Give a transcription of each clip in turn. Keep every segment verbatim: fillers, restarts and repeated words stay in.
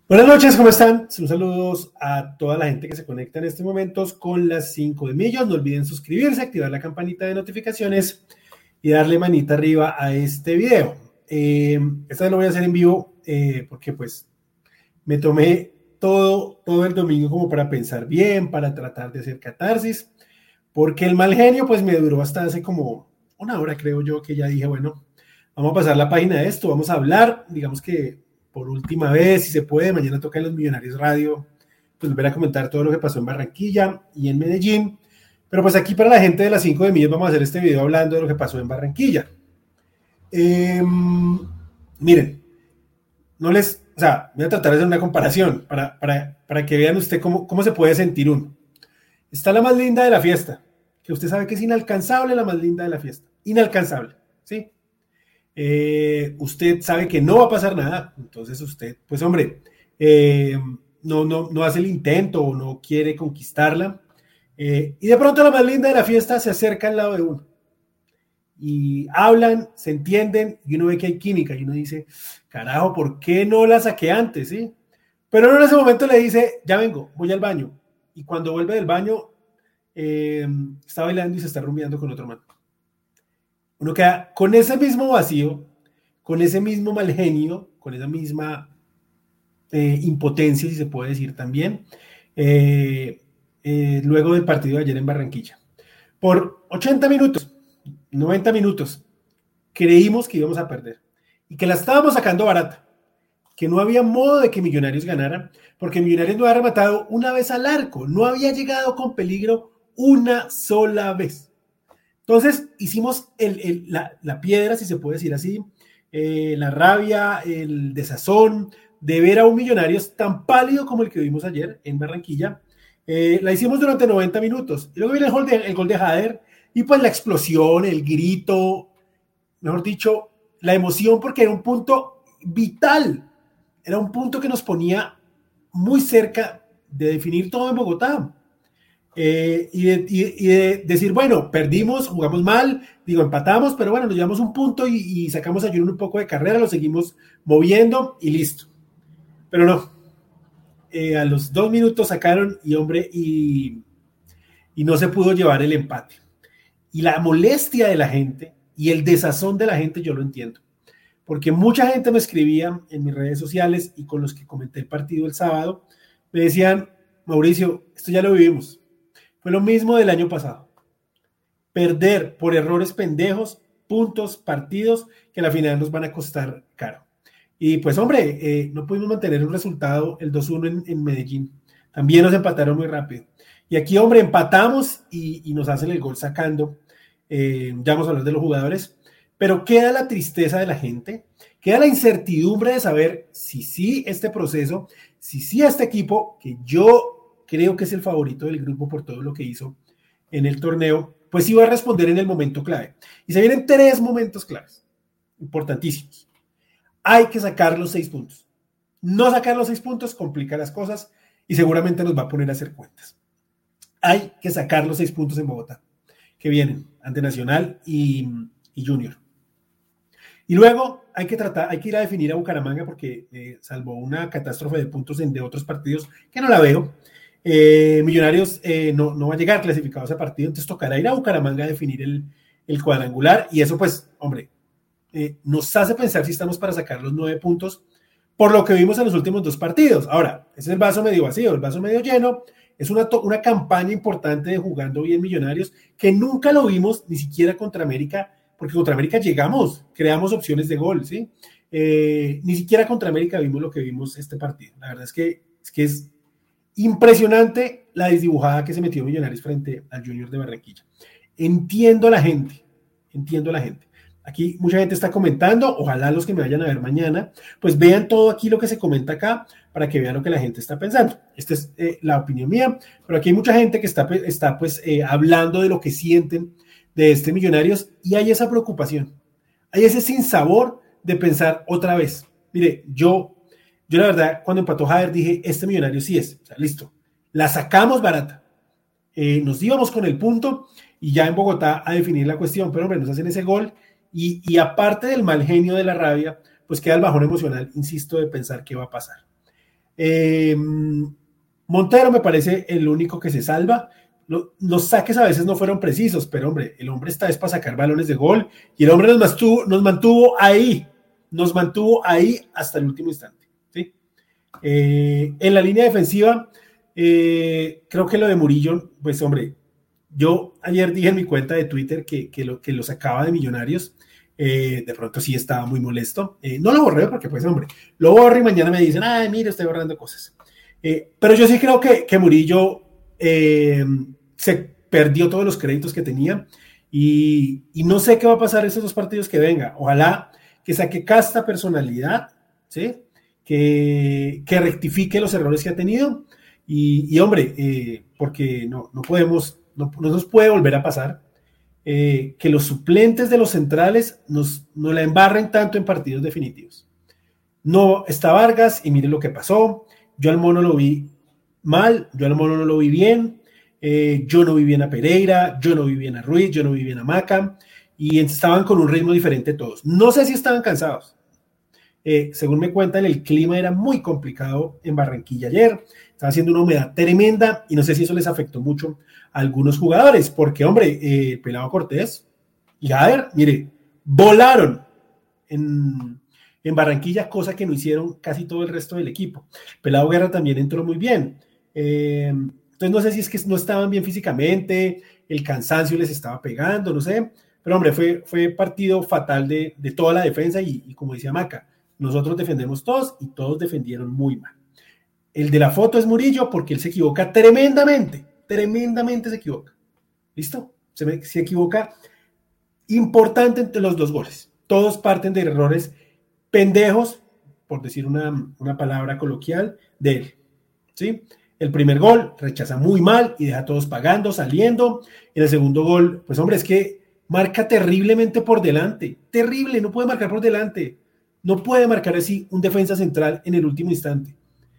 Buenas noches, ¿cómo están? Un saludos a toda la gente que se conecta en estos momentos con las cinco de Millos. No olviden suscribirse, activar la campanita de notificaciones y darle manita arriba a este video. Eh, esta vez lo voy a hacer en vivo eh, porque pues me tomé todo, todo el domingo como para pensar bien, para tratar de hacer catarsis, porque el mal genio pues me duró hasta hace como una hora, creo yo, que ya dije, bueno, vamos a pasar la página de esto, vamos a hablar, digamos que por última vez, si se puede, mañana toca en Los Millonarios Radio, pues volver a comentar todo lo que pasó en Barranquilla y en Medellín, pero pues aquí para la gente de las cinco de Millos vamos a hacer este video hablando de lo que pasó en Barranquilla. Eh, miren, no les, o sea, voy a tratar de hacer una comparación para, para, para que vean usted cómo, cómo se puede sentir uno. Está la más linda de la fiesta, que usted sabe que es inalcanzable la más linda de la fiesta, inalcanzable, ¿sí? Eh, usted sabe que no va a pasar nada, entonces usted, pues hombre, eh, no, no, no hace el intento o no quiere conquistarla, eh, y de pronto la más linda de la fiesta se acerca al lado de uno, y hablan, se entienden, y uno ve que hay química, y uno dice, carajo, ¿por qué no la saqué antes? ¿Sí? Pero uno en ese momento le dice, ya vengo, voy al baño, y cuando vuelve del baño, eh, está bailando y se está rumbeando con otro man. Uno queda con ese mismo vacío, con ese mismo mal genio, con esa misma eh, impotencia, si se puede decir también, eh, eh, luego del partido de ayer en Barranquilla. Por ochenta minutos, noventa minutos, creímos que íbamos a perder y que la estábamos sacando barata, que no había modo de que Millonarios ganara, porque Millonarios no había rematado una vez al arco, no había llegado con peligro una sola vez. Entonces hicimos el, el, la, la piedra, si se puede decir así, eh, la rabia, el desazón de ver a un Millonarios tan pálido como el que vimos ayer en Barranquilla. Eh, la hicimos durante noventa minutos. Y luego viene el gol, de, el gol de Jader y pues la explosión, el grito, mejor dicho, la emoción, porque era un punto vital. Era un punto que nos ponía muy cerca de definir todo en Bogotá. Eh, y, de, y, y de decir, bueno, perdimos, jugamos mal, digo, empatamos, pero bueno, nos llevamos un punto y, y sacamos a Junior un poco de carrera, lo seguimos moviendo y listo. Pero no, eh, a los dos minutos sacaron y hombre, y, y no se pudo llevar el empate. Y la molestia de la gente y el desazón de la gente yo lo entiendo, porque mucha gente me escribía en mis redes sociales y con los que comenté el partido el sábado, me decían, Mauricio, esto ya lo vivimos. Fue lo mismo del año pasado. Perder por errores pendejos, puntos, partidos, que a la final nos van a costar caro. Y pues, hombre, eh, no pudimos mantener un resultado, el dos uno en, en Medellín. También nos empataron muy rápido. Y aquí, hombre, empatamos y, y nos hacen el gol sacando. Eh, ya vamos a hablar de los jugadores. Pero queda la tristeza de la gente, queda la incertidumbre de saber si sí este proceso, si sí este equipo, que yo creo que es el favorito del grupo por todo lo que hizo en el torneo, pues iba a responder en el momento clave. Y se vienen tres momentos claves, importantísimos. Hay que sacar los seis puntos. No sacar los seis puntos complica las cosas y seguramente nos va a poner a hacer cuentas. Hay que sacar los seis puntos en Bogotá, que vienen ante Nacional y, y Junior. Y luego hay que tratar, hay que ir a definir a Bucaramanga porque eh, salvo una catástrofe de puntos en, de otros partidos que no la veo, Eh, Millonarios eh, no, no va a llegar clasificado a ese partido, entonces tocará ir a Bucaramanga a definir el, el cuadrangular y eso pues, hombre, eh, nos hace pensar si estamos para sacar los nueve puntos por lo que vimos en los últimos dos partidos. Ahora, ese es el vaso medio vacío, el vaso medio lleno, es una, una campaña importante de jugando bien Millonarios que nunca lo vimos ni siquiera contra América, porque contra América llegamos, creamos opciones de gol, ¿sí? Eh, ni siquiera contra América vimos lo que vimos este partido. La verdad es que es, que es impresionante la desdibujada que se metió Millonarios frente al Junior de Barranquilla. Entiendo a la gente, entiendo a la gente. Aquí mucha gente está comentando, ojalá los que me vayan a ver mañana, pues vean todo aquí lo que se comenta acá para que vean lo que la gente está pensando. Esta es eh, la opinión mía, pero aquí hay mucha gente que está, está pues eh, hablando de lo que sienten de este Millonarios y hay esa preocupación, hay ese sinsabor de pensar otra vez. Mire, yo Yo la verdad, cuando empató Jader dije, este Millonario sí es, o sea, listo, la sacamos barata, eh, nos íbamos con el punto y ya en Bogotá a definir la cuestión, pero hombre, nos hacen ese gol y, y aparte del mal genio de la rabia, pues queda el bajón emocional, insisto, de pensar qué va a pasar. Eh, Montero me parece el único que se salva. Los saques a veces no fueron precisos, pero hombre, el hombre está es para sacar balones de gol y el hombre nos mantuvo, nos mantuvo ahí, nos mantuvo ahí hasta el último instante. ¿Sí? Eh, en la línea defensiva, eh, creo que lo de Murillo, pues hombre, yo ayer dije en mi cuenta de Twitter que, que, lo, que lo sacaba de Millonarios. Eh, de pronto sí estaba muy molesto. Eh, no lo borré porque, pues, hombre, lo borro y mañana me dicen, ay, mire, estoy borrando cosas. Eh, pero yo sí creo que, que Murillo eh, se perdió todos los créditos que tenía y, y no sé qué va a pasar esos dos partidos que venga. Ojalá que saque casta personalidad, ¿sí? Que, que rectifique los errores que ha tenido y, y hombre, eh, porque no, no podemos, no, no nos puede volver a pasar. Eh, que los suplentes de los centrales nos, nos la embarren tanto en partidos definitivos. No está Vargas y mire lo que pasó. Yo al Mono lo vi mal, yo al Mono no lo vi bien, eh, yo no vi bien a Pereira, yo no vi bien a Ruiz, yo no vi bien a Maca y estaban con un ritmo diferente todos. No sé si estaban cansados. Eh, según me cuentan, el clima era muy complicado en Barranquilla ayer, estaba haciendo una humedad tremenda y no sé si eso les afectó mucho a algunos jugadores, porque hombre, eh, Pelado Cortés y Jader, mire, volaron en, en Barranquilla, cosa que no hicieron casi todo el resto del equipo. Pelado Guerra también entró muy bien, eh, entonces no sé si es que no estaban bien físicamente, el cansancio les estaba pegando, no sé, pero hombre, fue, fue partido fatal de, de toda la defensa y, y como decía Maca, nosotros defendemos todos y todos defendieron muy mal. El de la foto es Murillo porque él se equivoca tremendamente, tremendamente se equivoca. ¿Listo? Se, me, se equivoca importante entre los dos goles. Todos parten de errores pendejos, por decir una, una palabra coloquial, de él. ¿Sí? El primer gol rechaza muy mal y deja a todos pagando, saliendo. En el segundo gol, pues hombre, es que marca terriblemente por delante. Terrible, no puede marcar por delante. No puede marcar así un defensa central en el último instante.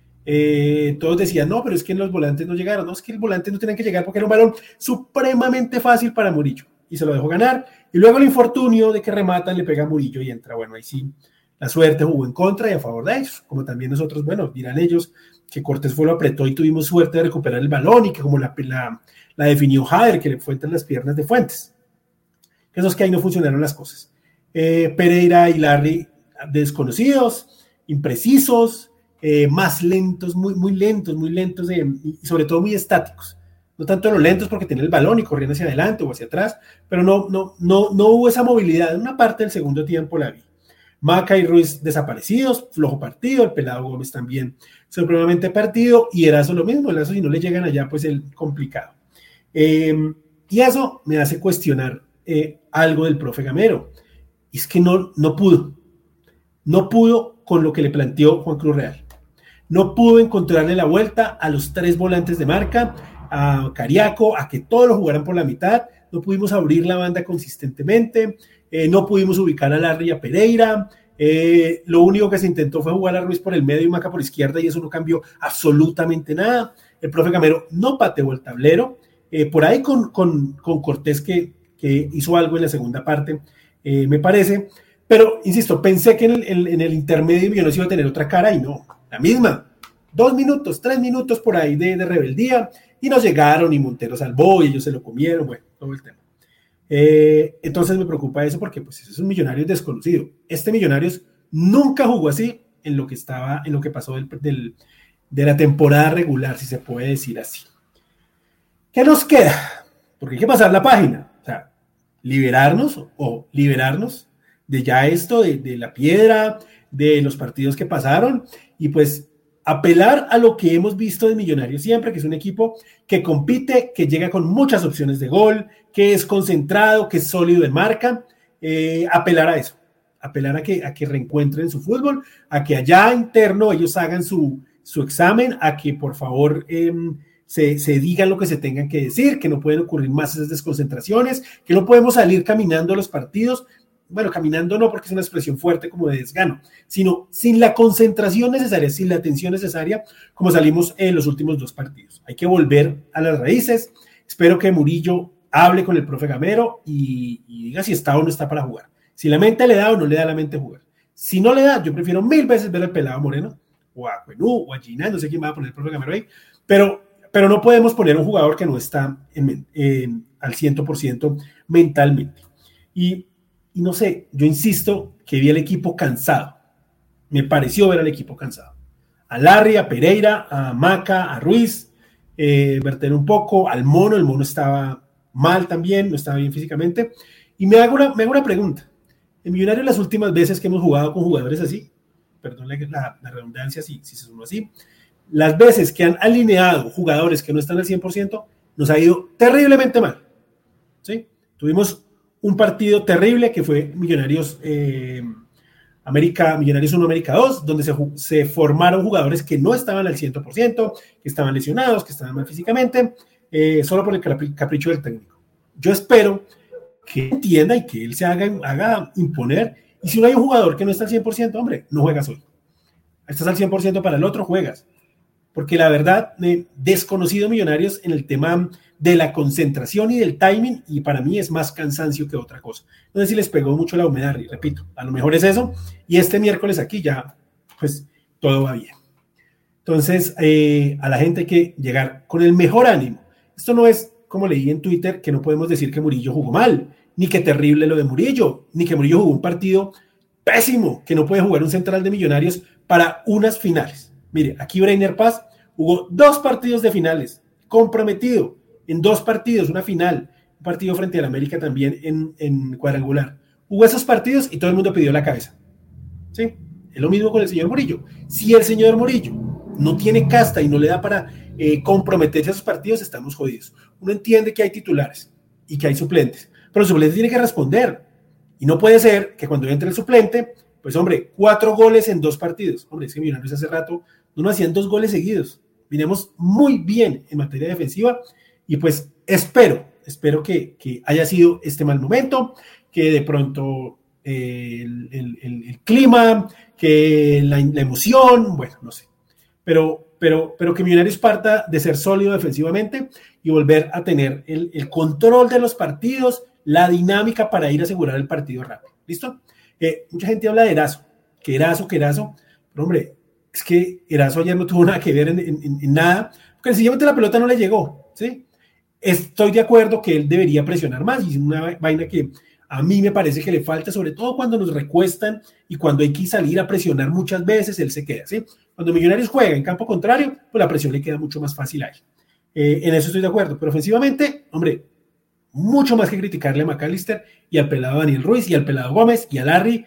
Eh, todos decían, no, pero es que los volantes no llegaron. No, es que el volante no tenían que llegar porque era un balón supremamente fácil para Murillo. Y se lo dejó ganar. Y luego el infortunio de que rematan, le pega a Murillo y entra. Bueno, ahí sí, la suerte jugó en contra y a favor de ellos. Como también nosotros, bueno, dirán ellos que Cortés fue lo apretó y tuvimos suerte de recuperar el balón y que como la, la, la definió Jader, que le fue entre las piernas de Fuentes. Que esos que ahí no funcionaron las cosas. Eh, Pereira y Larry desconocidos, imprecisos, eh, más lentos, muy, muy lentos, muy lentos eh, y sobre todo muy estáticos. No tanto los lentos porque tenían el balón y corrían hacia adelante o hacia atrás, pero no, no, no, no hubo esa movilidad. En una parte del segundo tiempo la vi. Maca y Ruiz desaparecidos, flojo partido, el Pelado Gómez también supremamente partido y Erazo lo mismo, Erazo si no le llegan allá pues el complicado. Eh, y eso me hace cuestionar eh, algo del profe Gamero. Y es que no, no pudo. No pudo con lo que le planteó Juan Cruz Real. No pudo encontrarle la vuelta a los tres volantes de marca, a Cariaco, a que todos lo jugaran por la mitad. No pudimos abrir la banda consistentemente. Eh, no pudimos ubicar a Larry y a Pereira. Eh, lo único que se intentó fue jugar a Ruiz por el medio y Maca por izquierda y eso no cambió absolutamente nada. El profe Gamero no pateó el tablero. Eh, por ahí con, con, con Cortés que, que hizo algo en la segunda parte, eh, me parece. Pero, insisto, pensé que en el, en, en el intermedio Millonarios iba a tener otra cara y no, la misma. Dos minutos, tres minutos por ahí de, de rebeldía y nos llegaron y Montero salvó y ellos se lo comieron, bueno, todo el tema. Eh, entonces me preocupa eso porque pues eso es un Millonarios desconocido. Este Millonarios nunca jugó así en lo que estaba, en lo que pasó del, del, de la temporada regular, si se puede decir así. ¿Qué nos queda? Porque hay que pasar la página, o sea, liberarnos o liberarnos de ya esto, de, de la piedra, de los partidos que pasaron, y pues apelar a lo que hemos visto de Millonarios siempre, que es un equipo que compite, que llega con muchas opciones de gol, que es concentrado, que es sólido en marca, eh, apelar a eso, apelar a que, a que reencuentren su fútbol, a que allá interno ellos hagan su, su examen, a que por favor eh, se, se digan lo que se tengan que decir, que no pueden ocurrir más esas desconcentraciones, que no podemos salir caminando a los partidos. Bueno, caminando no porque es una expresión fuerte como de desgano, sino sin la concentración necesaria, sin la atención necesaria, como salimos en los últimos dos partidos. Hay que volver a las raíces. Espero que Murillo hable con el profe Gamero y, y diga si está o no está para jugar. Si la mente le da o no le da la mente jugar. Si no le da, yo prefiero mil veces ver al Pelado Moreno o a Cuenú, o a Gina, no sé quién va a poner el profe Gamero ahí, pero, pero no podemos poner un jugador que no está en, en, al cien por ciento mentalmente. Y, y no sé, yo insisto que vi el equipo cansado, me pareció ver al equipo cansado. A Larry, a Pereira, a Maca, a Ruiz, eh, Bertel un poco, al Mono, el Mono estaba mal también, no estaba bien físicamente, y me hago una, me hago una pregunta. En Millonarios las últimas veces que hemos jugado con jugadores así, perdón la, la, la redundancia, si, si se sumó así, las veces que han alineado jugadores que no están al cien por ciento, nos ha ido terriblemente mal, ¿sí? Tuvimos un partido terrible que fue Millonarios eh, América, Millonarios uno, América dos, donde se, se formaron jugadores que no estaban al cien por ciento, que estaban lesionados, que estaban mal físicamente, eh, solo por el capricho del técnico. Yo espero que entienda y que él se haga, haga imponer, y si no hay un jugador que no está al cien por ciento, hombre, no juegas hoy. Estás al cien por ciento para el otro, juegas. Porque la verdad, me desconocido Millonarios en el tema de la concentración y del timing, y para mí es más cansancio que otra cosa. No sé si les pegó mucho la humedad, y repito, a lo mejor es eso, y este miércoles aquí ya, pues, todo va bien. Entonces, eh, a la gente hay que llegar con el mejor ánimo. Esto no es, como leí en Twitter, que no podemos decir que Murillo jugó mal, ni que terrible lo de Murillo, ni que Murillo jugó un partido pésimo, que no puede jugar un central de Millonarios para unas finales. Mire, aquí Breiner Paz jugó dos partidos de finales, comprometido en dos partidos, una final, un partido frente al América también en, en cuadrangular. Jugó esos partidos y todo el mundo pidió la cabeza. ¿Sí? Es lo mismo con el señor Murillo. Si el señor Murillo no tiene casta y no le da para eh, comprometerse a esos partidos, estamos jodidos. Uno entiende que hay titulares y que hay suplentes, pero el suplente tiene que responder. Y no puede ser que cuando entre el suplente, pues hombre, cuatro goles en dos partidos. Hombre, es que Millonarios hace rato no nos hacían dos goles seguidos. Vinimos muy bien en materia defensiva y pues espero, espero que, que haya sido este mal momento, que de pronto eh, el, el, el, el clima, que la, la emoción, bueno, no sé. Pero, pero, pero que Millonarios parta de ser sólido defensivamente y volver a tener el, el control de los partidos, la dinámica para ir a asegurar el partido rápido. ¿Listo? Eh, mucha gente habla de Erazo, que Erazo, que Erazo, pero hombre, es que Erazo ayer no tuvo nada que ver en, en, en nada, porque sencillamente la pelota no le llegó, ¿sí? Estoy de acuerdo que él debería presionar más, y es una vaina que a mí me parece que le falta, sobre todo cuando nos recuestan y cuando hay que salir a presionar muchas veces, él se queda, ¿sí? Cuando Millonarios juega en campo contrario, pues la presión le queda mucho más fácil a él. Eh, en eso estoy de acuerdo, pero ofensivamente, hombre, mucho más que criticarle a McAllister y al pelado Daniel Ruiz y al pelado Gómez y a Larry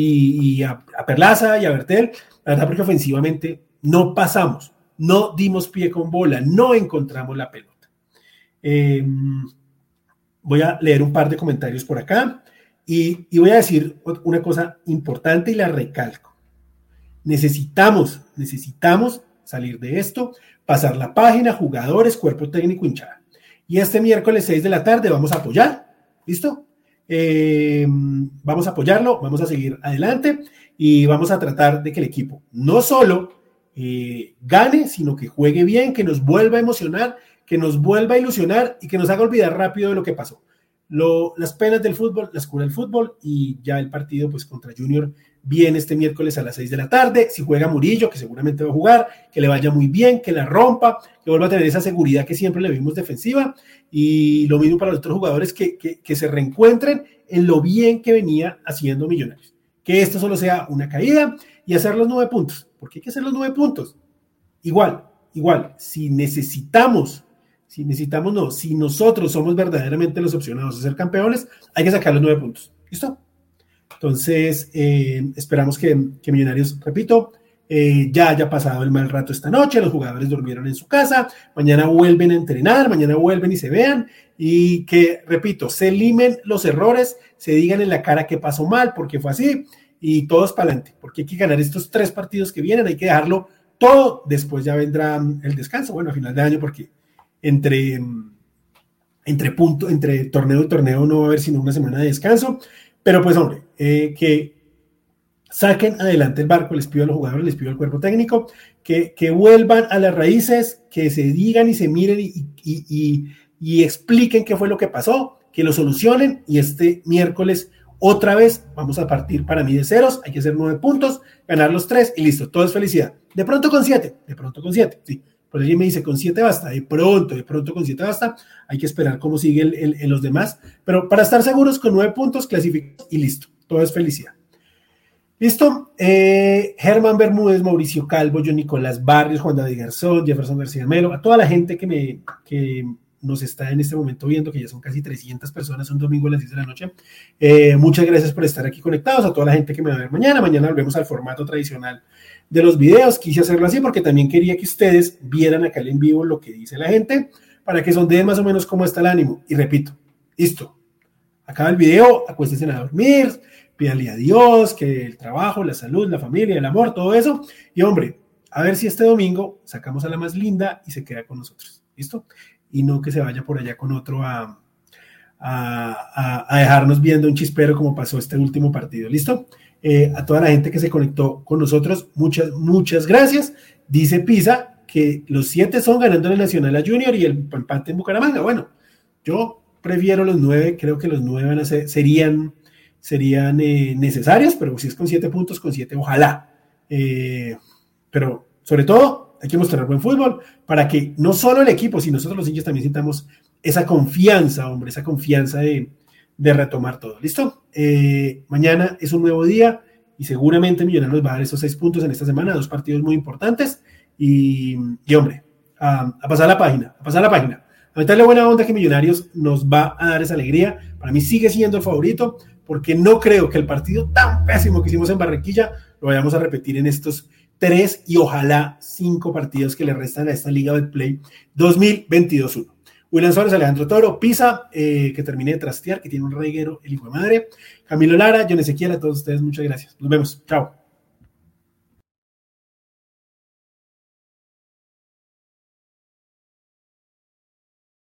y, y a, a Perlaza y a Bertel, la verdad, porque ofensivamente no pasamos, no dimos pie con bola, no encontramos la pelota. Eh, voy a leer un par de comentarios por acá y, y voy a decir una cosa importante y la recalco. Necesitamos, necesitamos salir de esto, pasar la página, jugadores, cuerpo técnico, hinchada. Y este miércoles seis de la tarde vamos a apoyar, ¿listo? Eh, vamos a apoyarlo, vamos a seguir adelante y vamos a tratar de que el equipo no solo eh, gane, sino que juegue bien, que nos vuelva a emocionar, que nos vuelva a ilusionar y que nos haga olvidar rápido de lo que pasó. Lo, las penas del fútbol, las cura el fútbol y ya el partido pues contra Junior viene este miércoles a las seis de la tarde. Si juega Murillo, que seguramente va a jugar, que le vaya muy bien, que la rompa, que vuelva a tener esa seguridad que siempre le vimos defensiva, y lo mismo para los otros jugadores que, que, que se reencuentren en lo bien que venía haciendo Millonarios. Que esto solo sea una caída y hacer los nueve puntos. ¿Por qué hay que hacer los nueve puntos? Igual, igual, si necesitamos Si necesitamos, no, si nosotros somos verdaderamente los opcionados a ser campeones, hay que sacar los nueve puntos. ¿Listo? Entonces, eh, esperamos que, que Millonarios, repito, eh, ya haya pasado el mal rato esta noche, los jugadores durmieron en su casa, mañana vuelven a entrenar, mañana vuelven y se vean, y que, repito, se limen los errores, se digan en la cara que pasó mal, porque fue así, y todos para adelante, porque hay que ganar estos tres partidos que vienen, hay que dejarlo todo, después ya vendrá el descanso, bueno, a final de año, porque entre, entre, punto, entre torneo y torneo no va a haber sino una semana de descanso, pero pues hombre, eh, que saquen adelante el barco, les pido a los jugadores, les pido al cuerpo técnico, que, que vuelvan a las raíces, que se digan y se miren y, y, y, y expliquen qué fue lo que pasó, que lo solucionen y este miércoles Otra vez vamos a partir para mí de ceros, hay que hacer nueve puntos, ganar los tres y listo, todo es felicidad. De pronto con siete, de pronto con siete, sí. Por allí me dice con siete basta, de pronto, de pronto con siete basta, hay que esperar cómo sigue el, el, el los demás, pero para estar seguros con nueve puntos, clasificamos y listo, todo es felicidad. Listo, eh, Germán Bermúdez, Mauricio Calvo, yo Nicolás Barrios, Juan David Garzón, Jefferson García Melo, a toda la gente que me... Que, nos está en este momento viendo, que ya son casi trescientas personas, un domingo a las diez de la noche. Eh, muchas gracias por estar aquí conectados, a toda la gente que me va a ver mañana. Mañana volvemos al formato tradicional de los videos. Quise hacerlo así porque también quería que ustedes vieran acá en vivo lo que dice la gente, para que sondeen más o menos cómo está el ánimo. Y repito, listo, acaba el video, acuéstense a dormir, pídale a Dios, que el trabajo, la salud, la familia, el amor, todo eso. Y hombre, a ver si este domingo sacamos a la más linda y se queda con nosotros. ¿Listo? Y no que se vaya por allá con otro a, a, a dejarnos viendo un chispero como pasó este último partido. ¿Listo? Eh, a toda la gente que se conectó con nosotros, muchas, muchas gracias. Dice Pisa que los siete son ganando en el Nacional a Junior y el empate en Bucaramanga. Bueno, yo prefiero los nueve, creo que los nueve van a ser, serían, serían eh, necesarios, pero si es con siete puntos, con siete, ojalá. Eh, pero sobre todo, hay que mostrar buen fútbol para que no solo el equipo, sino nosotros los hinchas también sintamos esa confianza, hombre, esa confianza de, de retomar todo. ¿Listo? Eh, mañana es un nuevo día y seguramente Millonarios nos va a dar esos seis puntos en esta semana, dos partidos muy importantes y, y hombre, a, a pasar la página, a pasar la página. A meterle buena onda que Millonarios nos va a dar esa alegría. Para mí sigue siendo el favorito porque no creo que el partido tan pésimo que hicimos en Barranquilla lo vayamos a repetir en estos tres y ojalá cinco partidos que le restan a esta Liga Betplay dos mil veintidós uno. William Suárez, Alejandro Toro, Pisa, eh, que termine de trastear, que tiene un reguero, el hijo de madre. Camilo Lara, John Ezequiel, a todos ustedes, muchas gracias. Nos vemos. Chao.